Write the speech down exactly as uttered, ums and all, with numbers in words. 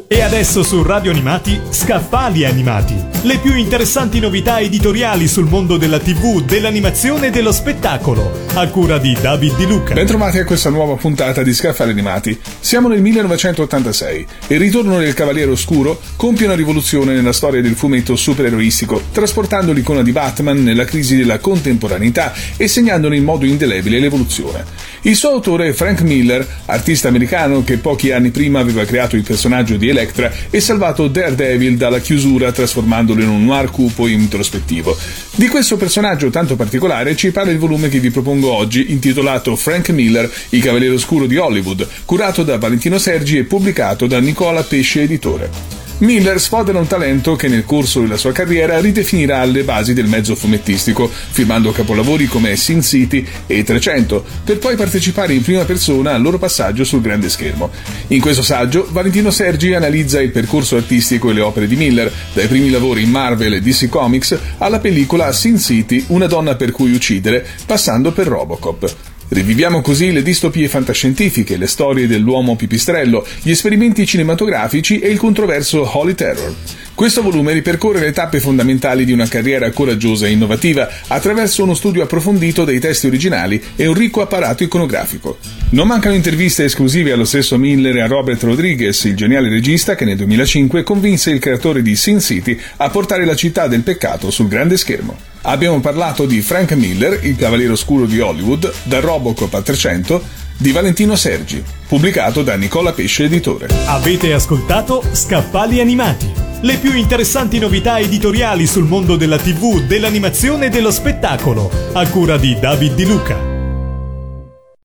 E adesso su Radio Animati, Scaffali Animati. Le più interessanti novità editoriali sul mondo della tivù, dell'animazione e dello spettacolo, a cura di David Di Luca. Bentrovati a questa nuova puntata di Scaffali Animati. Siamo nel millenovecentottantasei e il ritorno del Cavaliere Oscuro compie una rivoluzione nella storia del fumetto supereroistico, trasportando l'icona di Batman nella crisi della contemporaneità e segnandone in modo indelebile l'evoluzione. Il suo autore è Frank Miller, artista americano che pochi anni prima aveva creato il personaggio di Elektra e salvato Daredevil dalla chiusura trasformandolo in un noir cupo e introspettivo. Di questo personaggio tanto particolare ci parla il volume che vi propongo oggi, intitolato Frank Miller, il Cavaliere Oscuro di Hollywood, curato da Valentino Sergi e pubblicato da Nicola Pesce Editore. Miller sfodera un talento che nel corso della sua carriera ridefinirà le basi del mezzo fumettistico, firmando capolavori come Sin City e trecento, per poi partecipare in prima persona al loro passaggio sul grande schermo. In questo saggio, Valentino Sergi analizza il percorso artistico e le opere di Miller, dai primi lavori in Marvel e D C Comics alla pellicola Sin City, Una donna per cui uccidere, passando per Robocop. Riviviamo così le distopie fantascientifiche, le storie dell'uomo pipistrello, gli esperimenti cinematografici e il controverso Holy Terror. Questo volume ripercorre le tappe fondamentali di una carriera coraggiosa e innovativa attraverso uno studio approfondito dei testi originali e un ricco apparato iconografico. Non mancano interviste esclusive allo stesso Miller e a Robert Rodriguez, il geniale regista che nel duemilacinque convinse il creatore di Sin City a portare la città del peccato sul grande schermo. Abbiamo parlato di Frank Miller, il Cavaliere Oscuro di Hollywood, da Robocop a trecento, di Valentino Sergi, pubblicato da Nicola Pesce Editore. Avete ascoltato Scaffali Animati, le più interessanti novità editoriali sul mondo della tivù, dell'animazione e dello spettacolo, a cura di David Di Luca.